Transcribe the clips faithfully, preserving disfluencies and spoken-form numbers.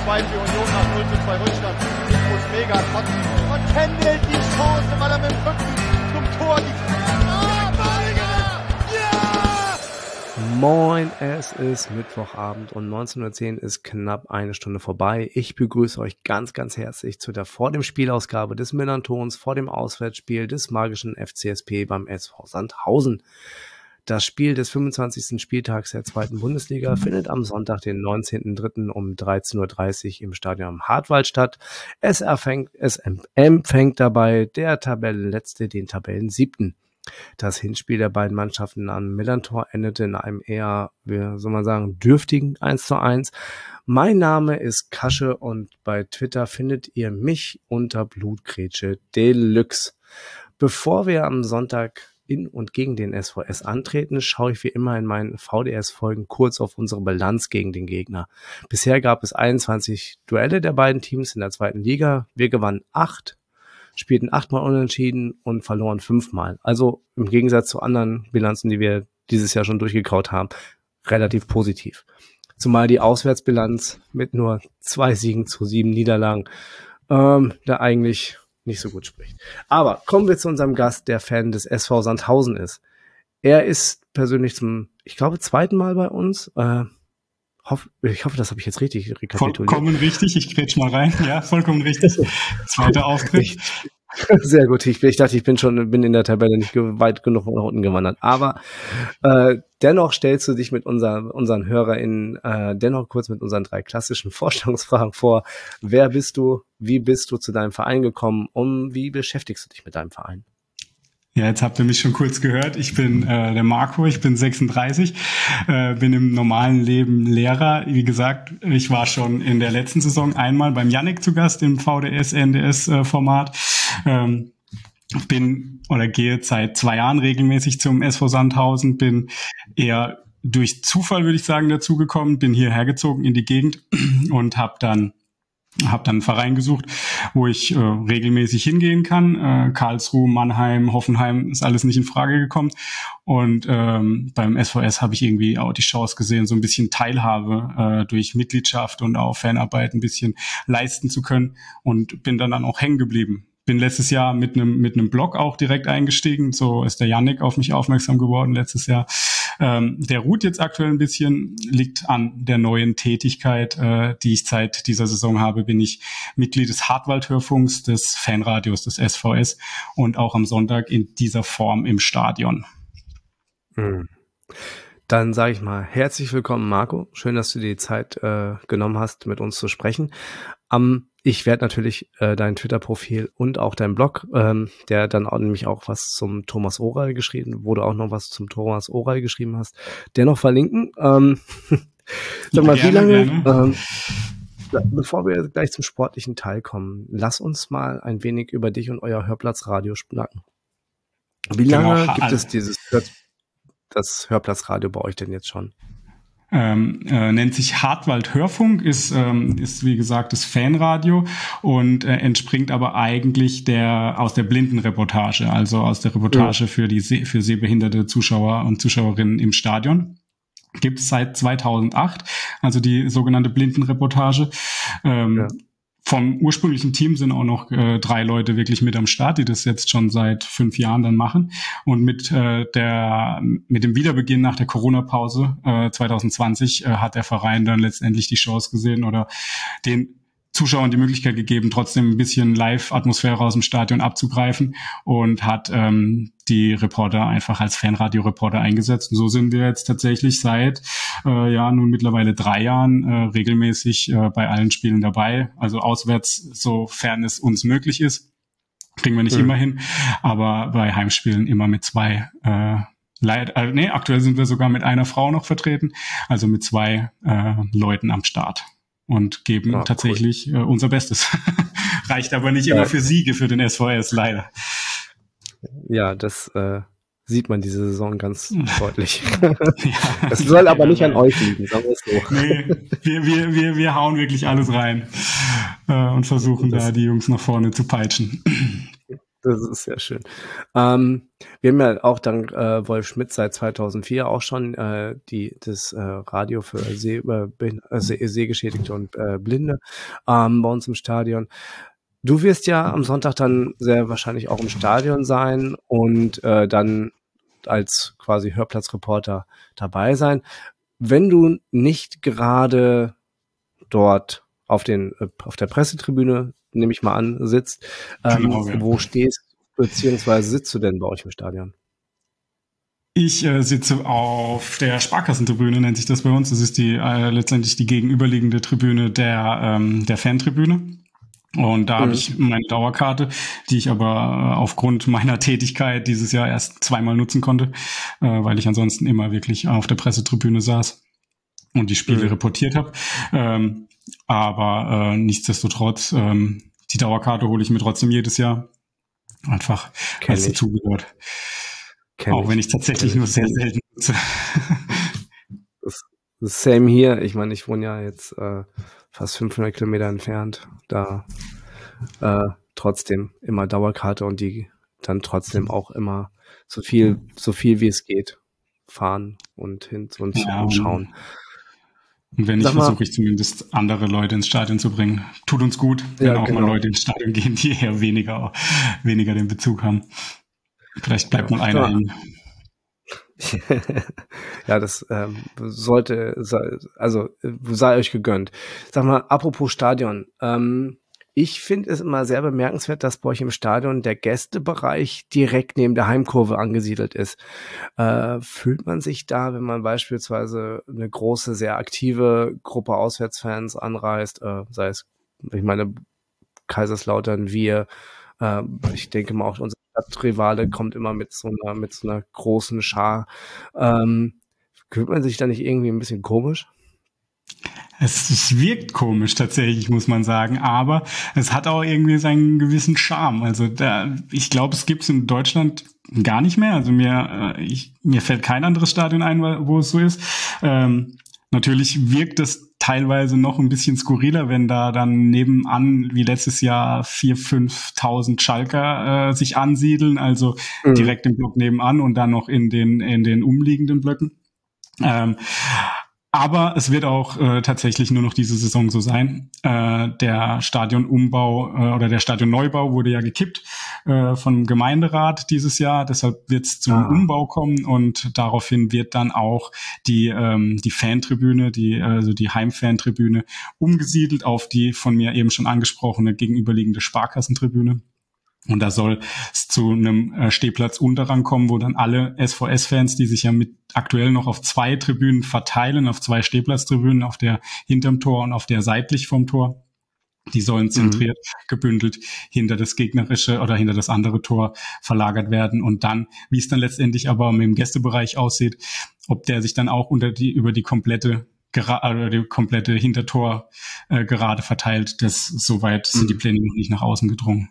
zwei für Union nach null zu zwei Rückstand. Nico Mega trotzdem. Und Kendall die Chance, weil er mit dem Rücken zum Tor die Moin, es ist Mittwochabend und neunzehn Uhr zehn ist knapp eine Stunde vorbei. Ich begrüße euch ganz, ganz herzlich zu der vor dem Spielausgabe des Millern-Tons vor dem Auswärtsspiel des magischen F C S P beim S V Sandhausen. Das Spiel des fünfundzwanzigsten Spieltags der zweiten Bundesliga findet am Sonntag, den neunzehnten dritten um dreizehn Uhr dreißig im Stadion am Hartwald statt. Es empfängt, es empfängt dabei der Tabellenletzte den Tabellensiebten. Das Hinspiel der beiden Mannschaften am Millerntor endete in einem eher, wie soll man sagen, dürftigen eins zu eins. Mein Name ist Kasche und bei Twitter findet ihr mich unter Blutgrätsche Deluxe. Bevor wir am Sonntag in und gegen den S V S antreten, schaue ich wie immer in meinen V D S-Folgen kurz auf unsere Bilanz gegen den Gegner. Bisher gab es einundzwanzig Duelle der beiden Teams in der zweiten Liga. Wir gewannen acht, spielten achtmal unentschieden und verloren fünfmal. Also im Gegensatz zu anderen Bilanzen, die wir dieses Jahr schon durchgekaut haben, relativ positiv. Zumal die Auswärtsbilanz mit nur zwei Siegen zu sieben Niederlagen ähm, da eigentlich nicht so gut spricht. Aber kommen wir zu unserem Gast, der Fan des S V Sandhausen ist. Er ist persönlich zum, ich glaube, zweiten Mal bei uns. Äh, hoff, ich hoffe, das habe ich jetzt richtig rekapituliert. Vollkommen richtig, ich grätsch mal rein. Ja, vollkommen richtig. Zweiter Auftritt. Ich, sehr gut. Ich, ich dachte, ich bin schon bin in der Tabelle nicht weit genug nach unten gewandert. Aber äh, dennoch stellst du dich mit unser, unseren HörerInnen äh, dennoch kurz mit unseren drei klassischen Vorstellungsfragen vor. Wer bist du? Wie bist du zu deinem Verein gekommen? Und wie beschäftigst du dich mit deinem Verein? Ja, jetzt habt ihr mich schon kurz gehört. Ich bin äh, der Marco, ich bin sechsunddreißig, äh, bin im normalen Leben Lehrer. Wie gesagt, ich war schon in der letzten Saison einmal beim Yannick zu Gast im V D S-N D S-Format. Ähm, bin oder gehe seit zwei Jahren regelmäßig zum S V Sandhausen, bin eher durch Zufall, würde ich sagen, dazugekommen, bin hierher gezogen in die Gegend und habe dann habe dann einen Verein gesucht, wo ich äh, regelmäßig hingehen kann. Äh, Karlsruhe, Mannheim, Hoffenheim ist alles nicht in Frage gekommen. Und ähm, beim S V S habe ich irgendwie auch die Chance gesehen, so ein bisschen Teilhabe äh, durch Mitgliedschaft und auch Fanarbeit ein bisschen leisten zu können und bin dann, dann auch hängen geblieben. Bin letztes Jahr mit einem mit einem Blog auch direkt eingestiegen. So ist der Yannick auf mich aufmerksam geworden letztes Jahr. Ähm, der ruht jetzt aktuell ein bisschen, liegt an der neuen Tätigkeit, äh, die ich seit dieser Saison habe. Bin ich Mitglied des Hartwald-Hörfunks, des Fanradios des S V S und auch am Sonntag in dieser Form im Stadion. Hm. Dann sage ich mal herzlich willkommen, Marco. Schön, dass du dir die Zeit äh, genommen hast, mit uns zu sprechen. Um, ich werde natürlich äh, dein Twitter-Profil und auch dein Blog, ähm, der dann auch, nämlich auch was zum Thomas Oral geschrieben, wo du auch noch was zum Thomas Oral geschrieben hast, dennoch verlinken. Ähm, sag mal, ja, wie lange, gerne. ähm, bevor wir gleich zum sportlichen Teil kommen, lass uns mal ein wenig über dich und euer Hörplatzradio schnacken. Wie lange Genau, gibt es dieses Hör- das Hörplatzradio bei euch denn jetzt schon? Ähm, äh, nennt sich Hartwald Hörfunk, ist, ähm, ist wie gesagt das Fanradio und äh, entspringt aber eigentlich der aus der Blindenreportage, also aus der Reportage Mhm. für die Se- für sehbehinderte Zuschauer und Zuschauerinnen im Stadion. Gibt es seit zweitausendacht, also die sogenannte Blindenreportage. Ähm, Ja. Vom ursprünglichen Team sind auch noch äh, drei Leute wirklich mit am Start, die das jetzt schon seit fünf Jahren dann machen. Und mit äh, der mit dem Wiederbeginn nach der Corona-Pause äh, zwanzig zwanzig äh, hat der Verein dann letztendlich die Chance gesehen oder den Zuschauern die Möglichkeit gegeben, trotzdem ein bisschen Live-Atmosphäre aus dem Stadion abzugreifen und hat ähm, die Reporter einfach als Fanradio-Reporter eingesetzt. Und so sind wir jetzt tatsächlich seit äh, ja nun mittlerweile drei Jahren äh, regelmäßig äh, bei allen Spielen dabei. Also auswärts, sofern es uns möglich ist, kriegen wir nicht Mhm. immer hin, aber bei Heimspielen immer mit zwei äh, Leid, äh, nee, aktuell sind wir sogar mit einer Frau noch vertreten, also mit zwei äh, Leuten am Start. Und geben Ah, tatsächlich cool. äh, unser Bestes. Reicht aber nicht Ja. immer für Siege für den S V S, leider. Ja, das äh, sieht man diese Saison ganz deutlich. Ja, Das soll aber nicht an leider. euch liegen, sagen wir es so. Nee, wir, wir, wir, wir hauen wirklich alles rein äh, und versuchen Das- da die Jungs nach vorne zu peitschen. Das ist sehr schön. Ähm, wir haben ja auch dank äh, Wolf Schmidt seit zweitausendvier auch schon äh, die das äh, Radio für Seh, äh, äh, Seh, Sehgeschädigte und äh, Blinde ähm, bei uns im Stadion. Du wirst ja am Sonntag dann sehr wahrscheinlich auch im Stadion sein und äh, dann als quasi Hörplatzreporter dabei sein. Wenn du nicht gerade dort auf den auf der Pressetribüne, nehme ich mal an, sitzt, ähm, Genau, ja. wo stehst beziehungsweise sitzt du denn bei euch im Stadion? Ich äh, sitze auf der Sparkassentribüne, nennt sich das bei uns. Das ist die äh, letztendlich die gegenüberliegende Tribüne der ähm, der Fantribüne. Und da mhm. habe ich meine Dauerkarte, die ich aber aufgrund meiner Tätigkeit dieses Jahr erst zweimal nutzen konnte, äh, weil ich ansonsten immer wirklich auf der Pressetribüne saß und die Spiele mhm. reportiert habe. Ähm, aber äh, nichtsdestotrotz, ähm, die Dauerkarte hole ich mir trotzdem jedes Jahr. Einfach, weil es dazugehört. Auch ich. wenn ich tatsächlich Kenn nur ich. sehr selten nutze. Das, das same hier. Ich meine, ich wohne ja jetzt äh, fast fünfhundert Kilometer entfernt. Da äh, trotzdem immer Dauerkarte und die dann trotzdem auch immer so viel, so viel wie es geht fahren und hin und ja, schauen. Und wenn nicht, versuche ich zumindest andere Leute ins Stadion zu bringen. Tut uns gut, wenn ja, auch genau. mal Leute ins Stadion gehen, die eher weniger, weniger den Bezug haben. Vielleicht bleibt ja. mal einer hin. Ja, das ähm, sollte, also sei euch gegönnt. Sag mal, apropos Stadion, ähm, ich finde es immer sehr bemerkenswert, dass bei euch im Stadion der Gästebereich direkt neben der Heimkurve angesiedelt ist. Äh, fühlt man sich da, wenn man beispielsweise eine große, sehr aktive Gruppe Auswärtsfans anreist, äh, sei es, ich meine, Kaiserslautern, wir, äh, ich denke mal auch unser Stadtrivale kommt immer mit so einer, mit so einer großen Schar. Ähm, fühlt man sich da nicht irgendwie ein bisschen komisch? Es, es wirkt komisch tatsächlich, muss man sagen, aber es hat auch irgendwie seinen gewissen Charme. Also da, ich glaube, es gibt es in Deutschland gar nicht mehr. Also mir, ich, mir fällt kein anderes Stadion ein, wo es so ist. Ähm, natürlich wirkt es teilweise noch ein bisschen skurriler, wenn da dann nebenan, wie letztes Jahr, viertausend, fünftausend Schalker äh, sich ansiedeln, also mhm. direkt im Block nebenan und dann noch in den in den umliegenden Blöcken. Ähm, Aber es wird auch äh, tatsächlich nur noch diese Saison so sein. Äh, der Stadionumbau äh, oder der Stadionneubau wurde ja gekippt äh, vom Gemeinderat dieses Jahr. Deshalb wird es zum ah. Umbau kommen und daraufhin wird dann auch die ähm, die Fantribüne, die also die Heimfantribüne umgesiedelt auf die von mir eben schon angesprochene gegenüberliegende Sparkassentribüne. Und da soll es zu einem äh, Stehplatz-Unterrang kommen, wo dann alle S V S-Fans, die sich ja mit aktuell noch auf zwei Tribünen verteilen, auf zwei Stehplatztribünen, auf der hinterm Tor und auf der seitlich vom Tor, die sollen zentriert, mhm. gebündelt hinter das gegnerische oder hinter das andere Tor verlagert werden. Und dann, wie es dann letztendlich aber mit dem Gästebereich aussieht, ob der sich dann auch unter die über die komplette Gera- die komplette Hintertor äh, gerade verteilt, das soweit mhm. sind die Pläne noch nicht nach außen gedrungen.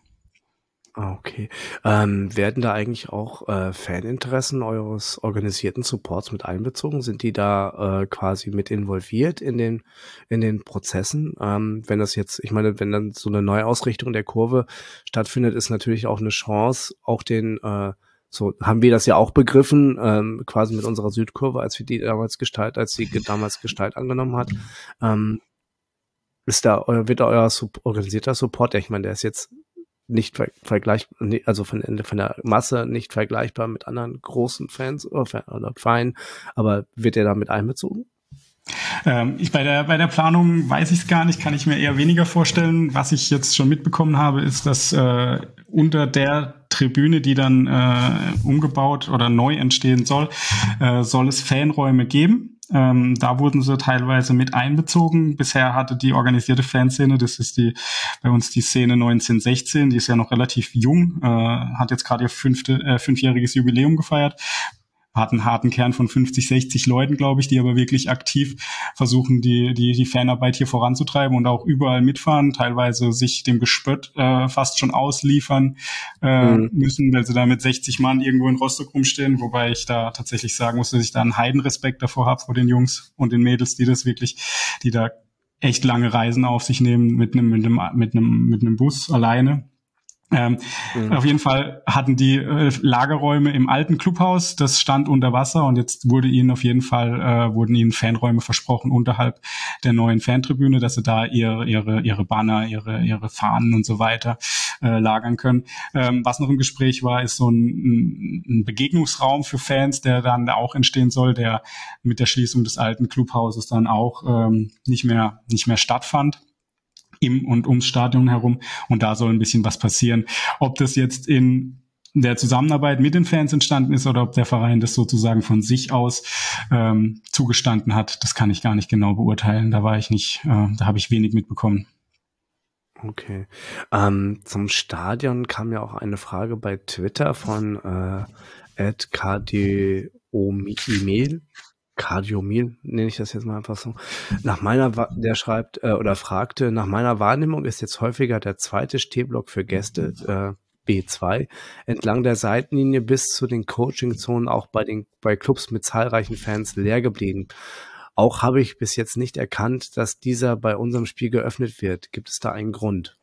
Okay. Ähm, werden da eigentlich auch äh, Faninteressen eures organisierten Supports mit einbezogen? Sind die da äh, quasi mit involviert in den in den Prozessen? Ähm, wenn das jetzt, ich meine, wenn dann so eine Neuausrichtung der Kurve stattfindet, ist natürlich auch eine Chance, auch den, äh, so haben wir das ja auch begriffen, ähm, quasi mit unserer Südkurve, als wir die damals Gestalt, als sie damals Gestalt angenommen hat. Ähm, ist da euer, wird da euer Sub- organisierter Support, ich meine, der ist jetzt nicht ver- vergleichbar, also von, von der Masse nicht vergleichbar mit anderen großen Fans oder, oder Vereinen, aber wird der da mit einbezogen? Ähm, ich bei der bei der Planung weiß ich es gar nicht, kann ich mir eher weniger vorstellen. Was ich jetzt schon mitbekommen habe, ist, dass äh, unter der Tribüne, die dann äh, umgebaut oder neu entstehen soll, äh, soll es Fanräume geben. Ähm, da wurden sie teilweise mit einbezogen. Bisher hatte die organisierte Fanszene, das ist die bei uns die Szene neunzehn sechzehn, die ist ja noch relativ jung, äh, hat jetzt gerade ihr fünfte, äh, fünfjähriges Jubiläum gefeiert. Hat einen harten Kern von fünfzig, sechzig Leuten, glaube ich, die aber wirklich aktiv versuchen, die die die Fanarbeit hier voranzutreiben und auch überall mitfahren, teilweise sich dem Gespött äh, fast schon ausliefern äh, mhm. müssen, weil sie da mit sechzig Mann irgendwo in Rostock rumstehen, wobei ich da tatsächlich sagen muss, dass ich da einen Heidenrespekt davor habe, vor den Jungs und den Mädels, die das wirklich, die da echt lange Reisen auf sich nehmen mit einem mit einem mit einem mit einem Bus alleine. Ähm, mhm. Auf jeden Fall hatten die äh, Lagerräume im alten Clubhaus, das stand unter Wasser und jetzt wurde ihnen auf jeden Fall, äh, wurden ihnen Fanräume versprochen unterhalb der neuen Fantribüne, dass sie da ihre, ihre, ihre Banner, ihre, ihre Fahnen und so weiter äh, lagern können. Ähm, was noch im Gespräch war, ist so ein, ein Begegnungsraum für Fans, der dann auch entstehen soll, der mit der Schließung des alten Clubhauses dann auch ähm, nicht mehr, nicht mehr stattfand. Im und ums Stadion herum und da soll ein bisschen was passieren. Ob das jetzt in der Zusammenarbeit mit den Fans entstanden ist oder ob der Verein das sozusagen von sich aus ähm, zugestanden hat, das kann ich gar nicht genau beurteilen. Da war ich nicht, äh, da habe ich wenig mitbekommen. Okay. Ähm, zum Stadion kam ja auch eine Frage bei Twitter von äh, at Cardiomil. Cardiomil, nenne ich das jetzt mal einfach so. Nach meiner, der schreibt äh, oder fragte, nach meiner Wahrnehmung ist jetzt häufiger der zweite Stehblock für Gäste, äh, B zwei, entlang der Seitenlinie bis zu den Coaching-Zonen auch bei den bei Clubs mit zahlreichen Fans leer geblieben. Auch habe ich bis jetzt nicht erkannt, dass dieser bei unserem Spiel geöffnet wird. Gibt es da einen Grund?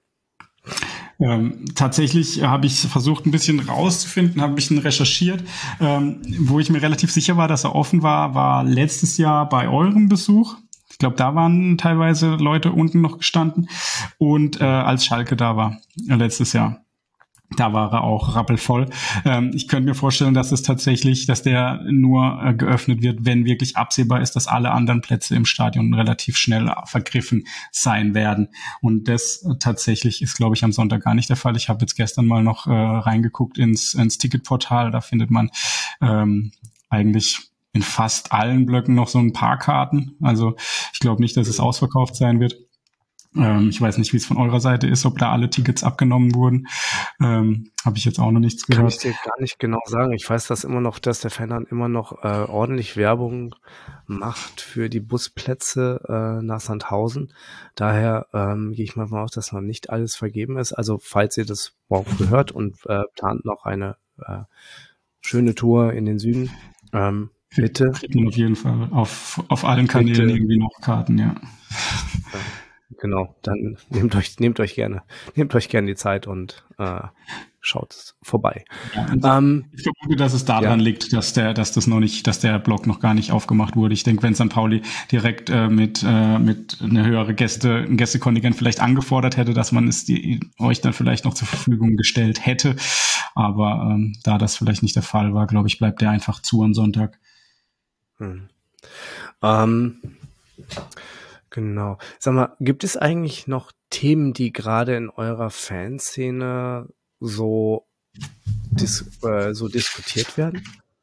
Ähm, tatsächlich habe ich versucht, ein bisschen rauszufinden, habe ein bisschen recherchiert. Ähm, wo ich mir relativ sicher war, dass er offen war, war letztes Jahr bei eurem Besuch. Ich glaube, da waren teilweise Leute unten noch gestanden. Und äh, als Schalke da war, äh, letztes Jahr. Da war er auch rappelvoll. Ähm, ich könnte mir vorstellen, dass es tatsächlich, dass der nur äh, geöffnet wird, wenn wirklich absehbar ist, dass alle anderen Plätze im Stadion relativ schnell vergriffen sein werden. Und das äh, tatsächlich ist, glaube ich, am Sonntag gar nicht der Fall. Ich habe jetzt gestern mal noch äh, reingeguckt ins, ins Ticketportal. Da findet man ähm, eigentlich in fast allen Blöcken noch so ein paar Karten. Also ich glaube nicht, dass es ausverkauft sein wird. Ähm, ich weiß nicht, wie es von eurer Seite ist, ob da alle Tickets abgenommen wurden. Ähm, Habe ich jetzt auch noch nichts gehört. Kann ich dir gar nicht genau sagen. Ich weiß, dass immer noch, dass der Fan dann immer noch äh, ordentlich Werbung macht für die Busplätze äh, nach Sandhausen. Daher ähm, gehe ich mal davon aus, dass noch nicht alles vergeben ist. Also falls ihr das morgen gehört und äh, plant noch eine äh, schöne Tour in den Süden, ähm, bitte. Kriegt man auf jeden Fall auf, auf allen Kanälen bitte. Irgendwie noch Karten, ja. ja. Genau, dann nehmt euch, nehmt euch gerne, nehmt euch gerne die Zeit und äh, schaut vorbei. Ja, ähm, ich vermute, dass es daran ja. liegt, dass der, dass das noch nicht, dass der Block noch gar nicht aufgemacht wurde. Ich denke, wenn Sankt Pauli direkt äh, mit äh, mit eine höhere Gäste, ein Gästekontingent vielleicht angefordert hätte, dass man es die, euch dann vielleicht noch zur Verfügung gestellt hätte. Aber ähm, da das vielleicht nicht der Fall war, glaube ich, bleibt der einfach zu am Sonntag. Hm. Ähm. Genau. Sag mal, gibt es eigentlich noch Themen, die gerade in eurer Fanszene so, dis- äh, so diskutiert werden?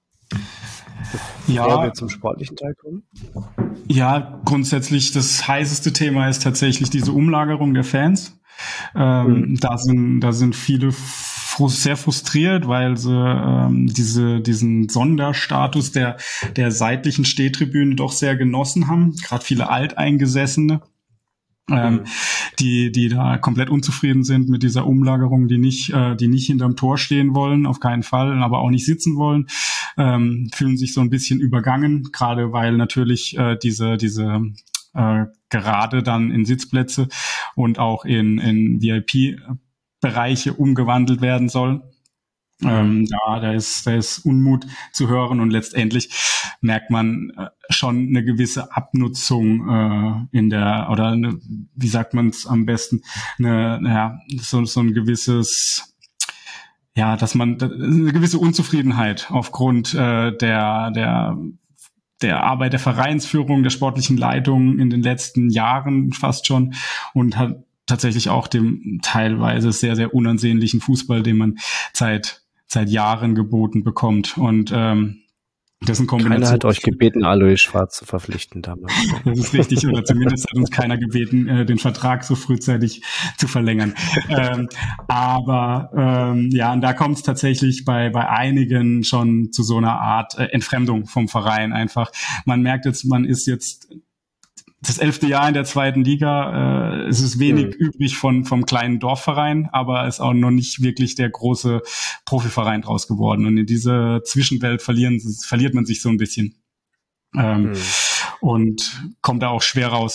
Bevor ja, wir zum sportlichen Teil kommen? Ja, grundsätzlich das heißeste Thema ist tatsächlich diese Umlagerung der Fans. Ähm, mhm. Da sind, da sind viele sehr frustriert, weil sie ähm, diese diesen Sonderstatus der der seitlichen Stehtribüne doch sehr genossen haben. Gerade viele Alteingesessene, ähm, mhm. die die da komplett unzufrieden sind mit dieser Umlagerung, die nicht äh, die nicht hinterm Tor stehen wollen, auf keinen Fall, aber auch nicht sitzen wollen, ähm, fühlen sich so ein bisschen übergangen, gerade weil natürlich äh, diese diese äh, gerade dann in Sitzplätze und auch in in V I P Bereiche umgewandelt werden soll. Ähm, da, da ist, da ist Unmut zu hören und letztendlich merkt man äh, schon eine gewisse Abnutzung äh, in der, oder eine, wie sagt man es am besten, eine, ja, so, so ein gewisses, ja, dass man eine gewisse Unzufriedenheit aufgrund äh, der, der der Arbeit der Vereinsführung, der sportlichen Leitung in den letzten Jahren fast schon und hat tatsächlich auch dem teilweise sehr, sehr unansehnlichen Fußball, den man seit seit Jahren geboten bekommt. Und ähm, das in Kombination. Keiner hat euch gebeten, Alois Schwarz zu verpflichten damals. Das ist richtig, oder zumindest hat uns keiner gebeten, äh, den Vertrag so frühzeitig zu verlängern. ähm, aber ähm, ja, und da kommt es tatsächlich bei bei einigen schon zu so einer Art äh, Entfremdung vom Verein einfach. Man merkt jetzt, man ist jetzt das elfte Jahr in der zweiten Liga, äh, es ist wenig mhm. übrig von vom kleinen Dorfverein, aber ist auch noch nicht wirklich der große Profiverein draus geworden. Und in dieser Zwischenwelt verlieren, verliert man sich so ein bisschen ähm, mhm. und kommt da auch schwer raus.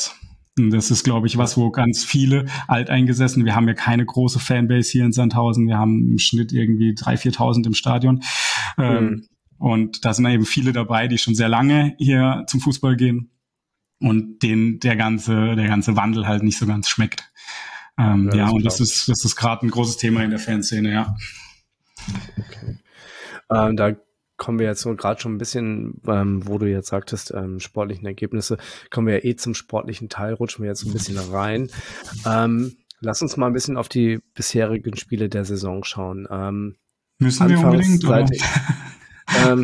Und das ist, glaube ich, was, wo ganz viele alteingesessen, wir haben ja keine große Fanbase hier in Sandhausen, wir haben im Schnitt irgendwie dreitausend, viertausend im Stadion. Mhm. Ähm, und da sind eben viele dabei, die schon sehr lange hier zum Fußball gehen und denen der ganze, der ganze Wandel halt nicht so ganz schmeckt. Ähm, ja, ja und das ist, das ist gerade ein großes Thema in der Fanszene, ja. Okay. Ähm, da kommen wir jetzt so gerade schon ein bisschen, ähm, wo du jetzt sagtest, ähm, sportlichen Ergebnisse, kommen wir ja eh zum sportlichen Teil, rutschen wir jetzt ein bisschen rein. Ähm, lass uns mal ein bisschen auf die bisherigen Spiele der Saison schauen. Ähm, Müssen wir unbedingt, oder? ähm,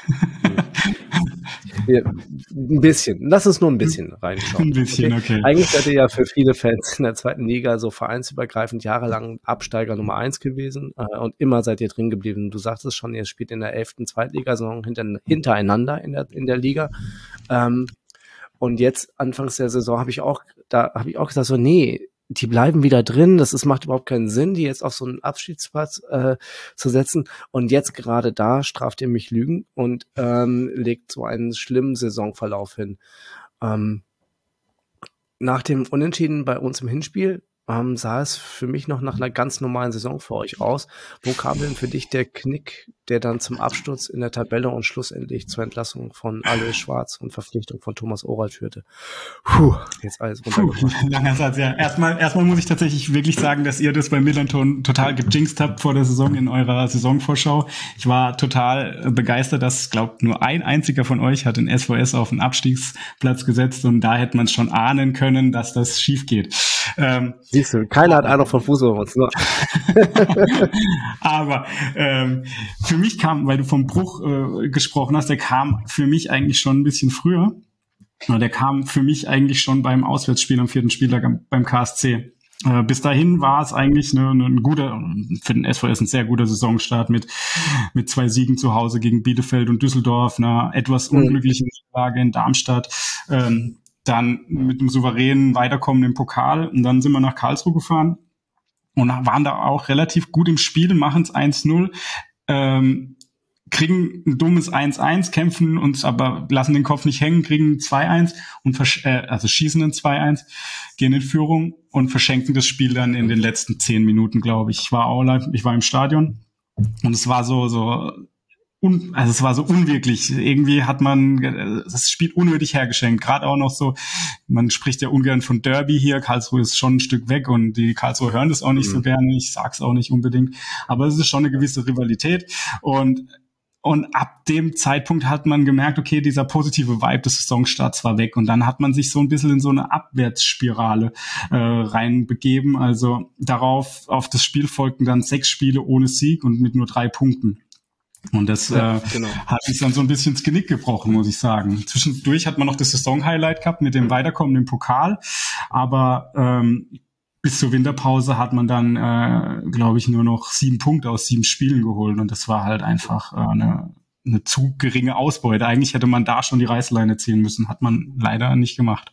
Wir, ein bisschen. Lass uns nur ein bisschen reinschauen. Ein bisschen, okay. okay. Eigentlich seid ihr ja für viele Fans in der zweiten Liga so vereinsübergreifend jahrelang Absteiger Nummer eins gewesen äh, und immer seid ihr drin geblieben. Du sagtest schon, ihr spielt in der elften Zweitligasaison hinter, hintereinander in der, in der Liga. Ähm, und jetzt, anfangs der Saison, habe ich auch, da habe ich auch gesagt, so, nee, die bleiben wieder drin, das ist, macht überhaupt keinen Sinn, die jetzt auf so einen Abschiedsplatz äh, zu setzen. Und jetzt gerade da straft ihr mich Lügen und ähm, legt so einen schlimmen Saisonverlauf hin. Ähm, nach dem Unentschieden bei uns im Hinspiel ähm, sah es für mich noch nach einer ganz normalen Saison für euch aus. Wo kam denn für dich der Knick, der dann zum Absturz in der Tabelle und schlussendlich zur Entlassung von Alois Schwarz und Verpflichtung von Thomas Oral führte? Puh, jetzt alles runtergemacht. Puh, langer Satz, ja. Erstmal, erstmal muss ich tatsächlich wirklich sagen, dass ihr das bei Millanton total gejinxt habt vor der Saison in eurer Saisonvorschau. Ich war total begeistert, dass, glaubt, nur ein einziger von euch hat den S V S auf den Abstiegsplatz gesetzt und da hätte man schon ahnen können, dass das schief geht. Ähm, Siehst du, keiner hat Ahnung von Fußball bei uns. Ne? Aber ähm, für mich kam, weil du vom Bruch äh, gesprochen hast, der kam für mich eigentlich schon ein bisschen früher. Der kam für mich eigentlich schon beim Auswärtsspiel am vierten Spieltag beim K S C. Äh, bis dahin war es eigentlich eine, eine, ein guter, für den S V S ein sehr guter Saisonstart mit mit zwei Siegen zu Hause gegen Bielefeld und Düsseldorf, einer etwas unglücklichen Lage in Darmstadt. Ähm, dann mit einem souveränen Weiterkommen im Pokal und dann sind wir nach Karlsruhe gefahren und waren da auch relativ gut im Spiel, machen es eins null, ähm, kriegen ein dummes eins eins, kämpfen uns aber, lassen den Kopf nicht hängen, kriegen ein zwei eins und versch- äh, also schießen ein zwei eins, gehen in Führung und verschenken das Spiel dann in den letzten zehn Minuten, glaube ich. Ich war auch live, ich war im Stadion und es war so so Un, also es war so unwirklich. Irgendwie hat man das Spiel unnötig hergeschenkt. Gerade auch noch so, man spricht ja ungern von Derby hier. Karlsruhe ist schon ein Stück weg und die Karlsruhe hören das auch nicht mhm. so gerne. Ich sag's auch nicht unbedingt. Aber es ist schon eine gewisse Rivalität. Und und ab dem Zeitpunkt hat man gemerkt, okay, dieser positive Vibe des Saisonstarts war weg. Und dann hat man sich so ein bisschen in so eine Abwärtsspirale äh, reinbegeben. Also darauf, auf das Spiel folgten dann sechs Spiele ohne Sieg und mit nur drei Punkten. Und das ja, äh, genau. hat uns dann so ein bisschen ins Genick gebrochen, muss ich sagen. Zwischendurch hat man noch das Saison-Highlight gehabt mit dem Weiterkommen im Pokal, aber ähm, bis zur Winterpause hat man dann, äh, glaube ich, nur noch sieben Punkte aus sieben Spielen geholt und das war halt einfach äh, eine, eine zu geringe Ausbeute. Eigentlich hätte man da schon die Reißleine ziehen müssen, hat man leider nicht gemacht.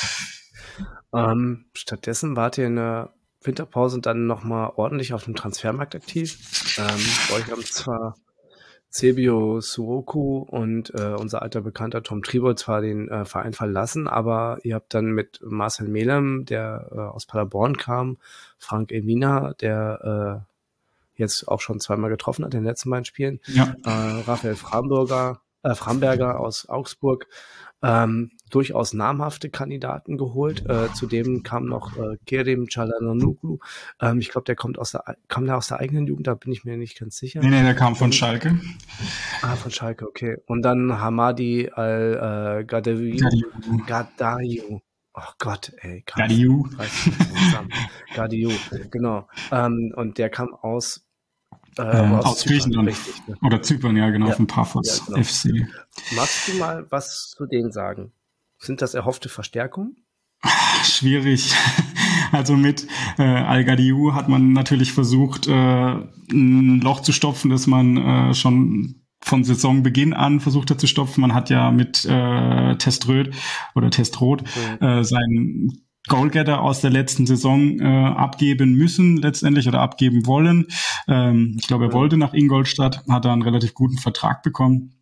Ähm, stattdessen wart ihr in der Winterpause dann nochmal ordentlich auf dem Transfermarkt aktiv. Ähm, euch haben zwar Sebio Suoku und äh, unser alter Bekannter Tom Tribol zwar den äh, Verein verlassen, aber ihr habt dann mit Marcel Melem, der äh, aus Paderborn kam, Frank Emina, der äh, jetzt auch schon zweimal getroffen hat in den letzten beiden Spielen, ja. äh, Raphael Framberger, äh, Framberger aus Augsburg, ähm, durchaus namhafte Kandidaten geholt. Äh, zudem kam noch äh, Kerim Çalhanoğlu. Ähm, ich glaube, der kommt aus der kam der aus der eigenen Jugend, da bin ich mir nicht ganz sicher. Nee, nee, der kam von Schalke. Ah, von Schalke, okay. Und dann Hamadi Al-Gadawi. Gadayu. Oh Gott, ey. Gadiu. Gadiu, genau. Ähm, und der kam aus Äh, aus, aus Griechenland. Richtig, ne? Oder Zypern, ja, genau, ja. Von Paphos ja, genau. F C. Magst du mal was zu denen sagen? Sind das erhoffte Verstärkungen? Schwierig. Also mit äh, Al-Gadiu hat man natürlich versucht, äh, ein Loch zu stopfen, das man äh, schon von Saisonbeginn an versucht hat zu stopfen. Man hat ja mit äh, Teströd oder Testrot mhm. äh, seinen Goalgetter aus der letzten Saison äh, abgeben müssen letztendlich oder abgeben wollen. Ähm, ich glaube, er wollte nach Ingolstadt, hat da einen relativ guten Vertrag bekommen.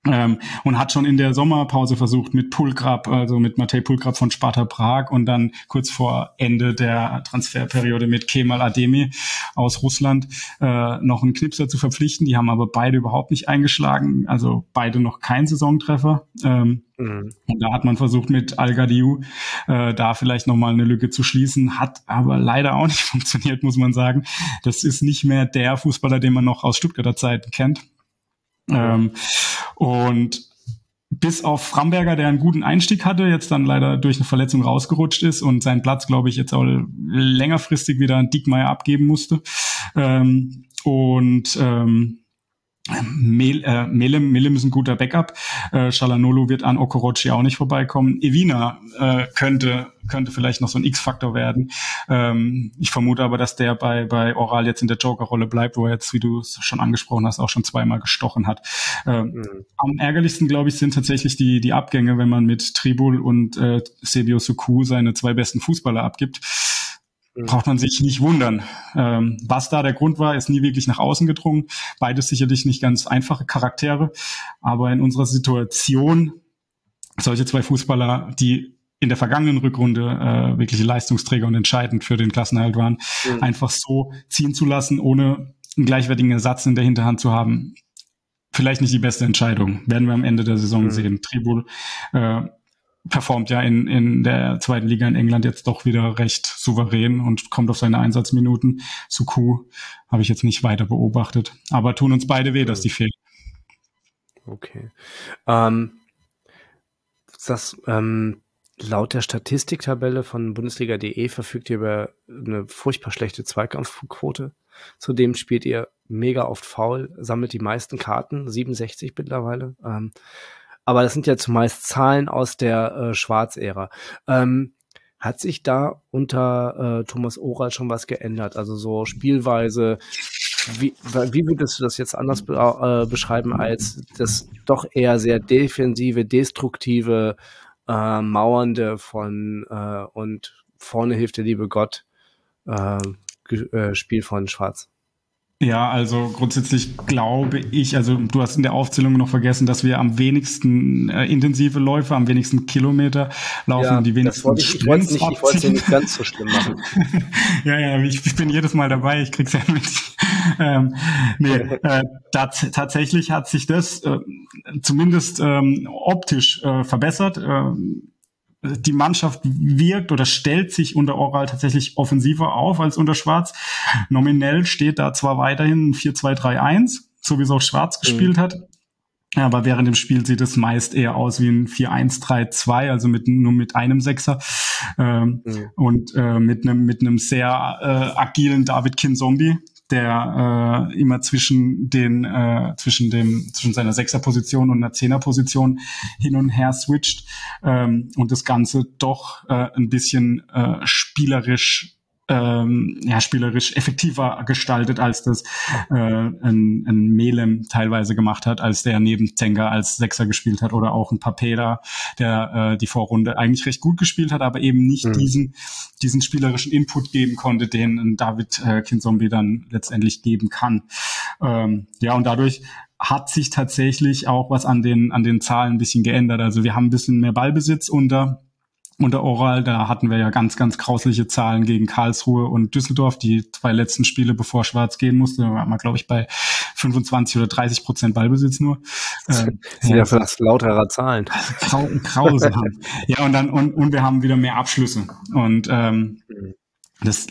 Ähm, und hat schon in der Sommerpause versucht mit Pulkrab, also mit Matej Pulkrab von Sparta Prag und dann kurz vor Ende der Transferperiode mit Kemal Ademi aus Russland äh, noch einen Knipser zu verpflichten. Die haben aber beide überhaupt nicht eingeschlagen, also beide noch kein Saisontreffer. Ähm, mhm. Und da hat man versucht mit Al-Gadiou äh, da vielleicht nochmal eine Lücke zu schließen, hat aber leider auch nicht funktioniert, muss man sagen. Das ist nicht mehr der Fußballer, den man noch aus Stuttgarter Zeiten kennt. Ähm, und bis auf Framberger, der einen guten Einstieg hatte, jetzt dann leider durch eine Verletzung rausgerutscht ist und seinen Platz, glaube ich, jetzt auch längerfristig wieder an Diekmeyer abgeben musste. Ähm, und ähm, Mel, äh, Melem, Melem ist ein guter Backup. Äh, Çalhanoğlu wird an Okorochi auch nicht vorbeikommen. Evina äh, könnte könnte vielleicht noch so ein X-Faktor werden. Ähm, ich vermute aber, dass der bei bei Oral jetzt in der Joker-Rolle bleibt, wo er jetzt, wie du es schon angesprochen hast, auch schon zweimal gestochen hat. Ähm, mhm. Am ärgerlichsten, glaube ich, sind tatsächlich die die Abgänge, wenn man mit Tribul und äh, Sebio Suku seine zwei besten Fußballer abgibt. Braucht man sich nicht wundern. Ähm, was da der Grund war, ist nie wirklich nach außen gedrungen. Beides sicherlich nicht ganz einfache Charaktere. Aber in unserer Situation, solche zwei Fußballer, die in der vergangenen Rückrunde äh, wirkliche Leistungsträger und entscheidend für den Klassenerhalt waren, mhm. einfach so ziehen zu lassen, ohne einen gleichwertigen Ersatz in der Hinterhand zu haben, vielleicht nicht die beste Entscheidung. Werden wir am Ende der Saison mhm. sehen. Tribul äh, performt ja in in der zweiten Liga in England jetzt doch wieder recht souverän und kommt auf seine Einsatzminuten. Suku habe ich jetzt nicht weiter beobachtet. Aber tun uns beide weh, dass die fehlen. Okay. Ähm, das, ähm, laut der Statistiktabelle von Bundesliga punkt de verfügt ihr über eine furchtbar schlechte Zweikampfquote. Zudem spielt ihr mega oft faul, sammelt die meisten Karten, siebenundsechzig mittlerweile. Ähm, Aber das sind ja zumeist Zahlen aus der äh, Schwarz-Ära. Ähm, hat sich da unter äh, Thomas Oral schon was geändert? Also so Spielweise, wie, wie würdest du das jetzt anders be- äh, beschreiben als das doch eher sehr defensive, destruktive, äh, mauernde von äh, und vorne hilft der liebe Gott äh, ge- äh, Spiel von Schwarz? Ja, also grundsätzlich glaube ich, also du hast in der Aufzählung noch vergessen, dass wir am wenigsten äh, intensive Läufe, am wenigsten Kilometer laufen, ja, die wenigsten das ich, ich wollte nicht, ich wollte es nicht ganz so schlimm machen. ja, ja, ich, ich bin jedes Mal dabei, ich krieg's ja mit. ähm, nee, äh, tats- tatsächlich hat sich das äh, zumindest ähm, optisch äh, verbessert. Äh, Die Mannschaft wirkt oder stellt sich unter Oral tatsächlich offensiver auf als unter Schwarz. Nominell steht da zwar weiterhin vier zwei drei eins, so wie es auch Schwarz gespielt mhm. hat. Aber während dem Spiel sieht es meist eher aus wie ein vier eins drei zwei, also mit nur mit einem Sechser ähm, mhm. und äh, mit einem mit einem sehr äh, agilen David Kinzombie, der äh, immer zwischen den äh, zwischen dem zwischen seiner Sechserposition und einer Zehnerposition hin und her switcht ähm, und das Ganze doch äh, ein bisschen äh, spielerisch ähm, ja spielerisch effektiver gestaltet, als das äh, ein, ein Melem teilweise gemacht hat, als der neben Zenga als Sechser gespielt hat, oder auch ein Papeda, der äh, die Vorrunde eigentlich recht gut gespielt hat, aber eben nicht mhm. diesen diesen spielerischen Input geben konnte, den ein David äh, Kinzombie dann letztendlich geben kann. Ähm, ja, und dadurch hat sich tatsächlich auch was an den an den Zahlen ein bisschen geändert. Also wir haben ein bisschen mehr Ballbesitz unter unter Oral. Da hatten wir ja ganz, ganz grausliche Zahlen gegen Karlsruhe und Düsseldorf, die zwei letzten Spiele, bevor Schwarz gehen musste. Da waren wir, glaube ich, bei fünfundzwanzig oder dreißig Prozent Ballbesitz nur. Das sind ja, ja fast lauterer Zahlen. Grau, grausam. Ja, und dann, und, und wir haben wieder mehr Abschlüsse. Und ähm, das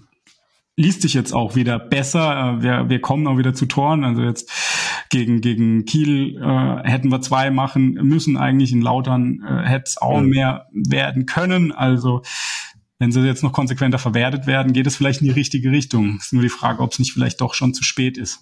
liest sich jetzt auch wieder besser. Wir, wir kommen auch wieder zu Toren. Also jetzt gegen gegen Kiel äh, hätten wir zwei machen müssen. Eigentlich in Lautern äh, hätte es auch mhm. mehr werden können. Also wenn sie jetzt noch konsequenter verwertet werden, geht es vielleicht in die richtige Richtung. Es ist nur die Frage, ob es nicht vielleicht doch schon zu spät ist.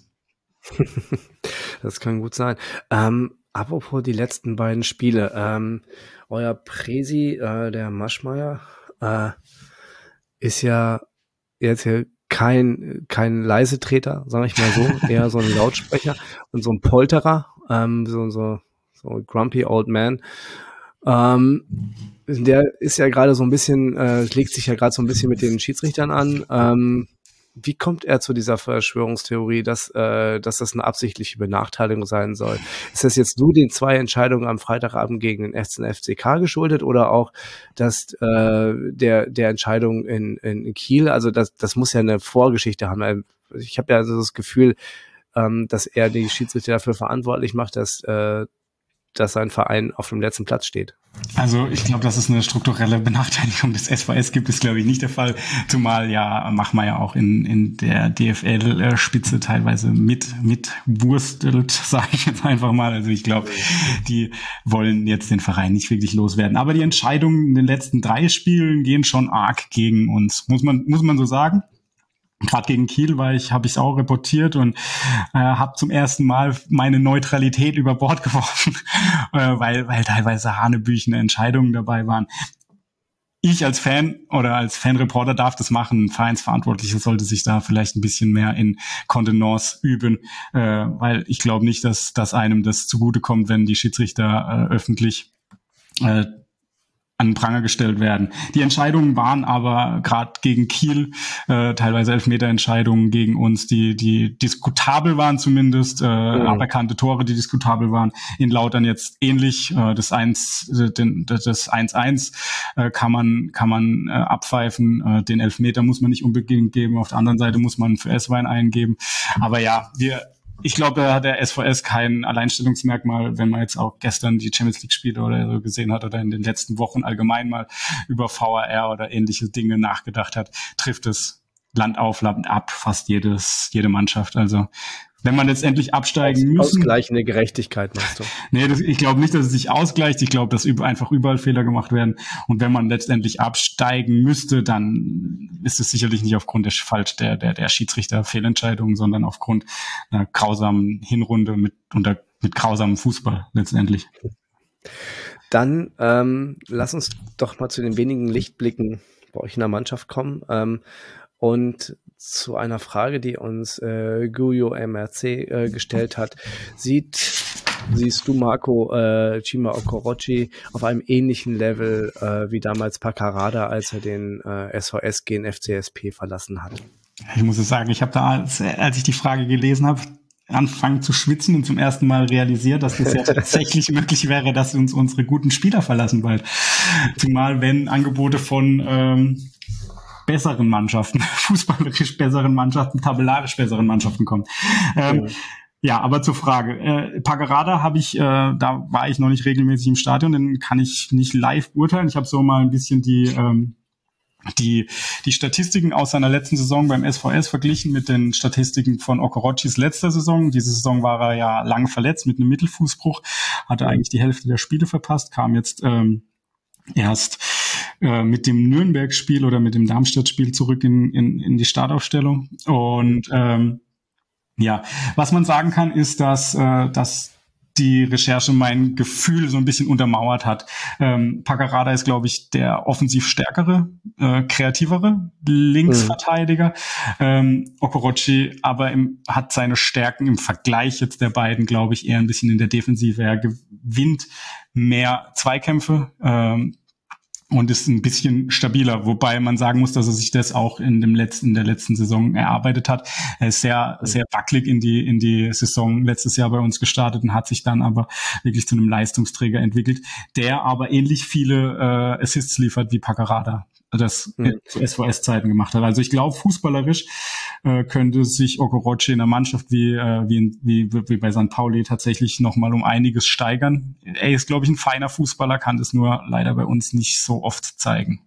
Das kann gut sein. Ähm, apropos die letzten beiden Spiele. Ähm, euer Präsi, äh, der Maschmeyer, äh, ist ja jetzt hier kein kein Leisetreter, sage ich mal so, eher so ein Lautsprecher und so ein Polterer, ähm, so so so grumpy old man. Ähm, der ist ja gerade so ein bisschen, äh, legt sich ja gerade so ein bisschen mit den Schiedsrichtern an. Ähm, wie kommt er zu dieser Verschwörungstheorie, dass, äh, dass das eine absichtliche Benachteiligung sein soll? Ist das jetzt nur den zwei Entscheidungen am Freitagabend gegen den ersten F C K geschuldet oder auch dass äh, der der Entscheidung in, in Kiel? Also das, das muss ja eine Vorgeschichte haben. Ich habe ja also das Gefühl, ähm, dass er die Schiedsrichter dafür verantwortlich macht, dass äh, dass sein Verein auf dem letzten Platz steht. Also ich glaube, dass es eine strukturelle Benachteiligung des S V S gibt, ist glaube ich nicht der Fall. Zumal ja Machmar ja auch in in der D F L-Spitze teilweise mit mit wurstelt, sage ich jetzt einfach mal. Also ich glaube, die wollen jetzt den Verein nicht wirklich loswerden. Aber die Entscheidungen in den letzten drei Spielen gehen schon arg gegen uns, muss man muss man so sagen. Gerade gegen Kiel war ich, habe ich es auch reportiert und äh, habe zum ersten Mal meine Neutralität über Bord geworfen, äh, weil weil teilweise hanebüchene Entscheidungen dabei waren. Ich als Fan oder als Fanreporter darf das machen. Ein Vereinsverantwortlicher sollte sich da vielleicht ein bisschen mehr in Kontenance üben, äh, weil ich glaube nicht, dass dass einem das zugutekommt, wenn die Schiedsrichter äh, öffentlich äh, an den Pranger gestellt werden. Die Entscheidungen waren aber gerade gegen Kiel äh, teilweise Elfmeterentscheidungen gegen uns, die die diskutabel waren zumindest, äh, mhm. aberkannte Tore, die diskutabel waren. In Lautern jetzt ähnlich. Äh, das eins, den, das eins eins äh, kann man kann man äh, abpfeifen. Äh, den Elfmeter muss man nicht unbedingt geben. Auf der anderen Seite muss man für S-Wein eingeben. Aber ja, wir Ich glaube, da hat der S V S kein Alleinstellungsmerkmal, wenn man jetzt auch gestern die Champions League-Spiele oder so gesehen hat oder in den letzten Wochen allgemein mal über V A R oder ähnliche Dinge nachgedacht hat, trifft es Land auf, Land ab, fast jedes, jede Mannschaft. Also wenn man letztendlich absteigen Aus, müssen... Ausgleichende Gerechtigkeit, meinst du? Nee, das, ich glaube nicht, dass es sich ausgleicht. Ich glaube, dass über, einfach überall Fehler gemacht werden. Und wenn man letztendlich absteigen müsste, dann ist es sicherlich nicht aufgrund der falsch der, der, der Schiedsrichter-Fehlentscheidungen, sondern aufgrund einer grausamen Hinrunde mit, unter, mit grausamem Fußball letztendlich. Dann ähm, lass uns doch mal zu den wenigen Lichtblicken bei euch in der Mannschaft kommen. Ähm, und zu einer Frage, die uns äh, Guyo M R C äh, gestellt hat. Sieht, siehst du Marco äh, Chima Okorochi auf einem ähnlichen Level äh, wie damals Pacarada, als er den äh, S V S gegen F C S P verlassen hat? Ich muss es sagen, ich habe da, als, als ich die Frage gelesen habe, anfangen zu schwitzen und zum ersten Mal realisiert, dass das ja tatsächlich möglich wäre, dass uns unsere guten Spieler verlassen bald. Zumal wenn Angebote von ähm, besseren Mannschaften, fußballerisch besseren Mannschaften, tabellarisch besseren Mannschaften kommen. Ähm, ja. ja, aber zur Frage. Äh, Pagarada habe ich, äh, da war ich noch nicht regelmäßig im Stadion, den kann ich nicht live beurteilen. Ich habe so mal ein bisschen die ähm, die die Statistiken aus seiner letzten Saison beim S V S verglichen mit den Statistiken von Okorochis letzter Saison. Diese Saison war er ja lang verletzt mit einem Mittelfußbruch, hatte eigentlich die Hälfte der Spiele verpasst, kam jetzt ähm, erst äh, mit dem Nürnberg-Spiel oder mit dem Darmstadt-Spiel zurück in, in, in die Startaufstellung. Und ähm, ja, was man sagen kann, ist, dass, äh, dass die Recherche mein Gefühl so ein bisschen untermauert hat. Ähm, Pacarada ist, glaube ich, der offensiv stärkere, äh, kreativere Linksverteidiger. Mhm. Ähm, Okorochi aber im, hat seine Stärken im Vergleich jetzt der beiden, glaube ich, eher ein bisschen in der Defensive. Er gewinnt mehr Zweikämpfe, ähm, und ist ein bisschen stabiler, wobei man sagen muss, dass er sich das auch in dem letzten, in der letzten Saison erarbeitet hat. Er ist sehr, sehr wackelig in die, in die Saison letztes Jahr bei uns gestartet und hat sich dann aber wirklich zu einem Leistungsträger entwickelt, der aber ähnlich viele äh, Assists liefert wie Pacarada das mhm. zu S V S-Zeiten gemacht hat. Also ich glaube, fußballerisch äh, könnte sich Okorochi in der Mannschaft wie, äh, wie, wie, wie bei Sankt Pauli tatsächlich nochmal um einiges steigern. Er ist, glaube ich, ein feiner Fußballer, kann das nur leider bei uns nicht so oft zeigen.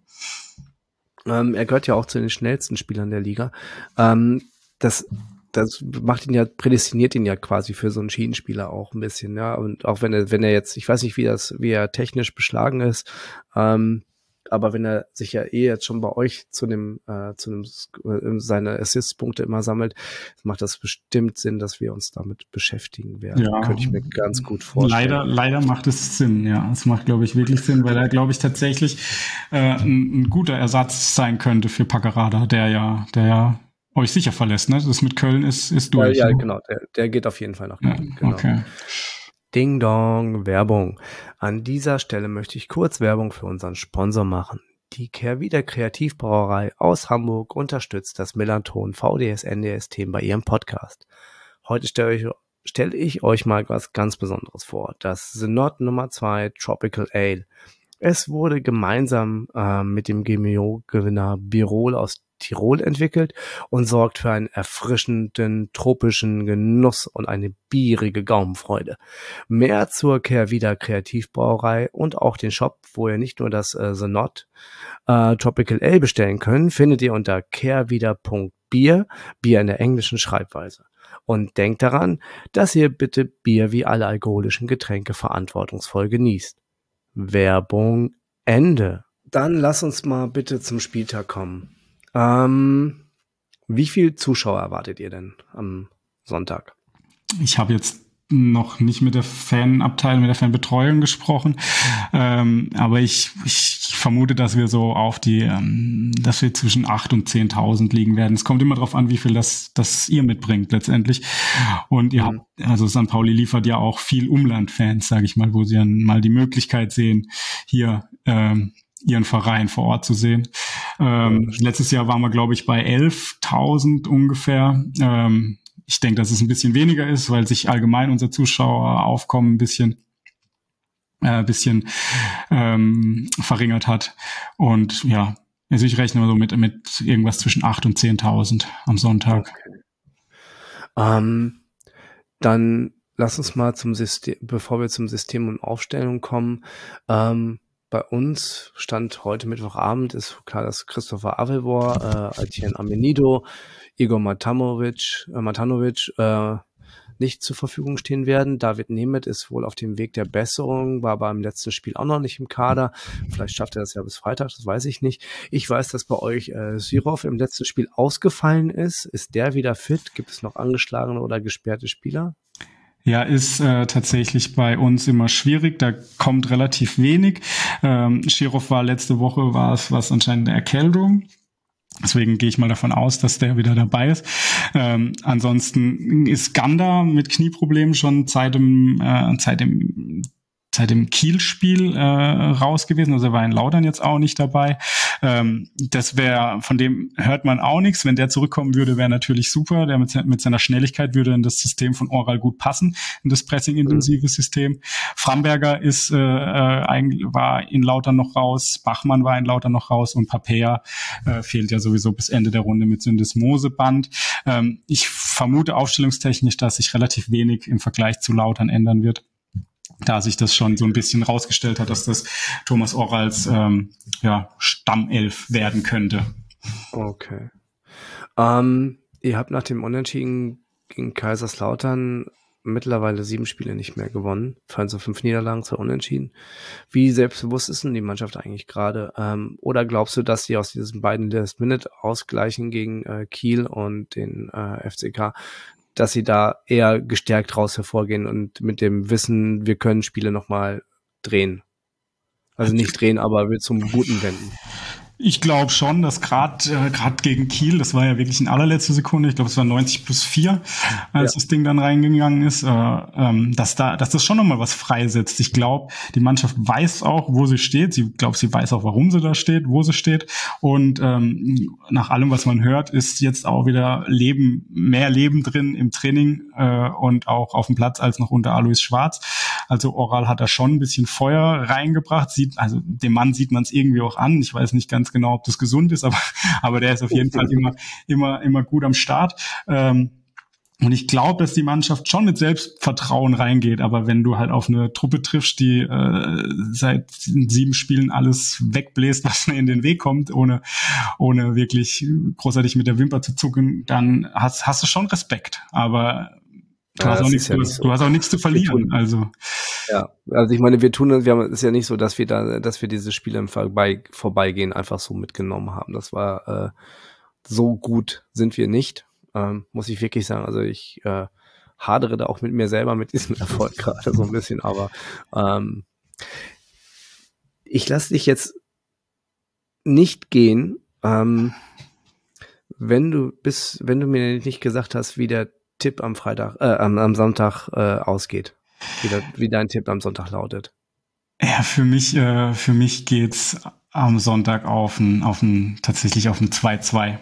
Ähm, er gehört ja auch zu den schnellsten Spielern der Liga. Ähm, das das macht ihn ja, prädestiniert ihn ja quasi für so einen Schienenspieler auch ein bisschen, ja. Und auch wenn er, wenn er jetzt, ich weiß nicht, wie das, wie er technisch beschlagen ist, ähm, aber wenn er sich ja eh jetzt schon bei euch zu dem, äh, zu dem, äh, seine Assist-Punkte immer sammelt, macht das bestimmt Sinn, dass wir uns damit beschäftigen werden. Ja, könnte ich mir ganz gut vorstellen. Leider, leider macht es Sinn, ja. Es macht, glaube ich, wirklich Sinn, weil er, glaube ich, tatsächlich äh, ein, ein guter Ersatz sein könnte für Pacarada, der ja, der ja euch sicher verlässt, ne? Das mit Köln ist, ist durch. Ja, ja, ne? genau. Der, der geht auf jeden Fall nach Köln. Ja, genau. Okay. Ding Dong, Werbung. An dieser Stelle möchte ich kurz Werbung für unseren Sponsor machen. Die Kehrwieder Kreativbrauerei aus Hamburg unterstützt das Millanton V D S N D S-Team bei ihrem Podcast. Heute stelle ich, stelle ich euch mal was ganz Besonderes vor. Das The Knot Nummer zwei Tropical Ale. Es wurde gemeinsam äh, mit dem G M O-Gewinner Birol aus Tirol entwickelt und sorgt für einen erfrischenden, tropischen Genuss und eine bierige Gaumenfreude. Mehr zur Kehrwieder Kreativbrauerei und auch den Shop, wo ihr nicht nur das äh, The Knot äh, Tropical Ale bestellen könnt, findet ihr unter kehrwieder punkt bier, Bier in der englischen Schreibweise. Und denkt daran, dass ihr bitte Bier wie alle alkoholischen Getränke verantwortungsvoll genießt. Werbung Ende. Dann lass uns mal bitte zum Spieltag kommen. Ähm, wie viel Zuschauer erwartet ihr denn am Sonntag? Ich habe jetzt noch nicht mit der Fanabteilung, mit der Fanbetreuung gesprochen, ähm, aber ich, ich vermute, dass wir so auf die, ähm, dass wir zwischen acht und zehntausend liegen werden. Es kommt immer darauf an, wie viel das, das ihr mitbringt letztendlich. Und ihr habt, also Sankt Pauli liefert ja auch viel Umlandfans, sage ich mal, wo sie dann mal die Möglichkeit sehen, hier ähm, ihren Verein vor Ort zu sehen. Ähm, letztes Jahr waren wir, glaube ich, bei elftausend ungefähr. Ähm, ich denke, dass es ein bisschen weniger ist, weil sich allgemein unser Zuschaueraufkommen ein bisschen äh, bisschen ähm, verringert hat. Und ja, also ich rechne so mit mit irgendwas zwischen acht und zehntausend am Sonntag. Okay. Ähm, dann lass uns mal zum System, bevor wir zum System und Aufstellung kommen, ähm, bei uns stand heute Mittwochabend, ist klar, dass Christopher Avelvor, äh, Etienne Amenido, Igor Matanovic, äh, Matanovic äh, nicht zur Verfügung stehen werden. David Nemeth ist wohl auf dem Weg der Besserung, war beim letzten Spiel auch noch nicht im Kader. Vielleicht schafft er das ja bis Freitag, das weiß ich nicht. Ich weiß, dass bei euch äh, Sirov im letzten Spiel ausgefallen ist. Ist der wieder fit? Gibt es noch angeschlagene oder gesperrte Spieler? Ja, ist äh, tatsächlich bei uns immer schwierig. Da kommt relativ wenig. Ähm, Schirov war letzte Woche, war es was anscheinend eine Erkältung. Deswegen gehe ich mal davon aus, dass der wieder dabei ist. Ähm, ansonsten ist Ganda mit Knieproblemen schon seit dem, äh, seit dem seit dem Kiel-Spiel äh, raus gewesen. Also er war in Lautern jetzt auch nicht dabei. Ähm, das wäre, von dem hört man auch nichts. Wenn der zurückkommen würde, wäre natürlich super. Der mit, mit seiner Schnelligkeit würde in das System von Oral gut passen, in das pressing-intensive System. Framberger ist äh, eigentlich war in Lautern noch raus, Bachmann war in Lautern noch raus und Papea äh, fehlt ja sowieso bis Ende der Runde mit Syndesmoseband. Ähm, ich vermute aufstellungstechnisch, dass sich relativ wenig im Vergleich zu Lautern ändern wird, da sich das schon so ein bisschen rausgestellt hat, dass das Thomas Orals ähm, ja, Stammelf werden könnte. Okay. Ähm, ihr habt nach dem Unentschieden gegen Kaiserslautern mittlerweile sieben Spiele nicht mehr gewonnen. Fallen so fünf Niederlagen zu Unentschieden. Wie selbstbewusst ist denn die Mannschaft eigentlich gerade? Ähm, oder glaubst du, dass sie aus diesen beiden Last-Minute-Ausgleichen gegen äh, Kiel und den äh, F C K, dass sie da eher gestärkt raus hervorgehen und mit dem Wissen, wir können Spiele nochmal drehen. Also nicht drehen, aber wir zum Guten wenden. Ich glaube schon, dass gerade äh, gerade gegen Kiel, das war ja wirklich in allerletzter Sekunde, ich glaube es war neunzig plus vier, als ja. das Ding dann reingegangen ist, äh, ähm, dass da dass das schon nochmal was freisetzt. Ich glaube, die Mannschaft weiß auch, wo sie steht. Sie glaube, sie weiß auch, warum sie da steht, wo sie steht. Und ähm, nach allem, was man hört, ist jetzt auch wieder Leben, mehr Leben drin im Training äh, und auch auf dem Platz als noch unter Alois Schwarz. Also Oral hat da schon ein bisschen Feuer reingebracht. Sieht, also dem Mann sieht man es irgendwie auch an. Ich weiß nicht ganz genau, ob das gesund ist, aber aber der ist auf jeden Fall immer immer immer gut am Start. Ähm, und ich glaube, dass die Mannschaft schon mit Selbstvertrauen reingeht. Aber wenn du halt auf eine Truppe triffst, die äh, seit sieben Spielen alles wegbläst, was mir in den Weg kommt, ohne ohne wirklich großartig mit der Wimper zu zucken, dann hast hast du schon Respekt. Aber Du, ja, hast auch nichts, ja du, hast, so. du hast auch nichts zu verlieren. Also ja, also ich meine, wir tun, wir haben, es ist ja nicht so, dass wir da, dass wir diese Spiele im Vorbei, Vorbeigehen einfach so mitgenommen haben. Das war äh, so gut sind wir nicht, ähm, muss ich wirklich sagen. Also ich äh, hadere da auch mit mir selber mit diesem Erfolg gerade so ein bisschen, aber ähm, ich lasse dich jetzt nicht gehen, ähm, wenn du bis, wenn du mir nicht gesagt hast, wie der Tipp am Freitag, äh, am, am Sonntag äh, ausgeht. Wie, da, wie dein Tipp am Sonntag lautet. Ja, für mich, äh, für mich geht's am Sonntag auf ein, auf ein, tatsächlich auf ein zwei zwei.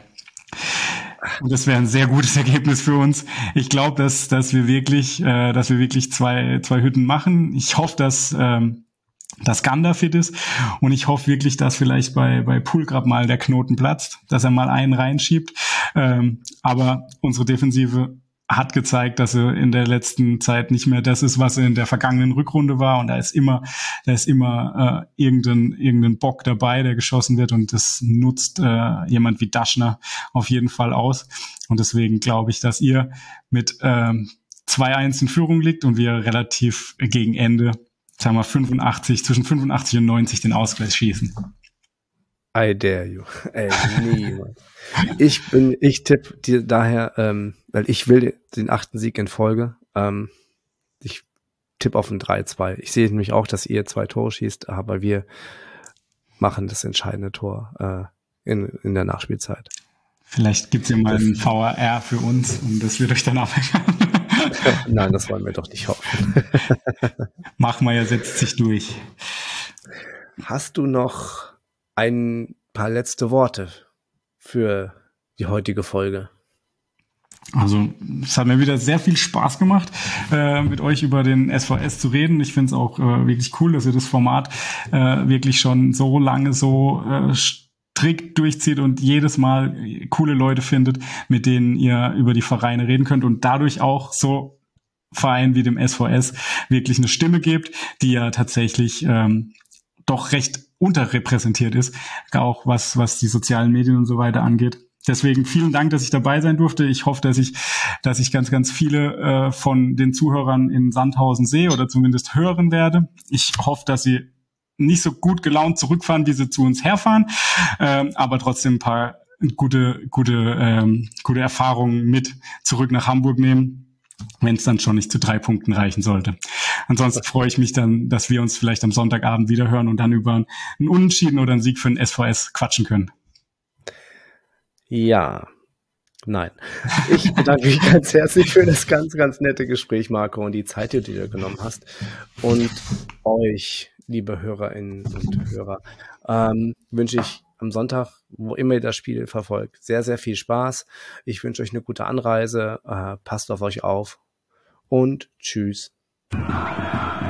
Und das wäre ein sehr gutes Ergebnis für uns. Ich glaube, dass, dass wir wirklich, äh, dass wir wirklich zwei, zwei Hütten machen. Ich hoffe, dass, ähm, dass Gander fit ist. Und ich hoffe wirklich, dass vielleicht bei, bei Pulgrab mal der Knoten platzt, dass er mal einen reinschiebt. Ähm, aber unsere Defensive hat gezeigt, dass sie in der letzten Zeit nicht mehr das ist, was sie in der vergangenen Rückrunde war. Und da ist immer, da ist immer äh, irgendein, irgendein Bock dabei, der geschossen wird. Und das nutzt äh, jemand wie Daschner auf jeden Fall aus. Und deswegen glaube ich, dass ihr mit ähm, zwei eins in Führung liegt und wir relativ gegen Ende, sagen wir fünfundachtzig, zwischen fünfundachtzig und neunzig den Ausgleich schießen. I dare you. Ey, niemand. Ich bin, ich tippe dir daher, ähm, weil ich will den achten Sieg in Folge. Ähm, ich tippe auf ein drei zwei. Ich sehe nämlich auch, dass ihr zwei Tore schießt, aber wir machen das entscheidende Tor äh, in, in der Nachspielzeit. Vielleicht gibt's ja mal ein V R R für uns und das wird euch dann abhängen. Nein, das wollen wir doch nicht hoffen. Machmeier setzt sich durch. Hast du noch ein paar letzte Worte für die heutige Folge? Also es hat mir wieder sehr viel Spaß gemacht, äh, mit euch über den S V S zu reden. Ich finde es auch äh, wirklich cool, dass ihr das Format äh, wirklich schon so lange so äh, strikt durchzieht und jedes Mal coole Leute findet, mit denen ihr über die Vereine reden könnt und dadurch auch so Vereinen wie dem S V S wirklich eine Stimme gebt, die ja tatsächlich ähm, doch recht unterrepräsentiert ist, auch was was die sozialen Medien und so weiter angeht. Deswegen vielen Dank, dass ich dabei sein durfte. Ich hoffe, dass ich dass ich ganz, ganz viele äh, von den Zuhörern in Sandhausen sehe oder zumindest hören werde. Ich hoffe, dass sie nicht so gut gelaunt zurückfahren, wie sie zu uns herfahren, ähm, aber trotzdem ein paar gute gute ähm, gute Erfahrungen mit zurück nach Hamburg nehmen, wenn es dann schon nicht zu drei Punkten reichen sollte. Ansonsten freue ich mich dann, dass wir uns vielleicht am Sonntagabend wieder hören und dann über einen Unentschieden oder einen Sieg für den S V S quatschen können. Ja, nein. Ich bedanke mich ganz herzlich für das ganz, ganz nette Gespräch, Marco, und die Zeit, die du dir genommen hast. Und euch, liebe Hörerinnen und Hörer, ähm, wünsche ich am Sonntag, wo immer ihr das Spiel verfolgt, sehr, sehr viel Spaß. Ich wünsche euch eine gute Anreise. Äh, passt auf euch auf und tschüss.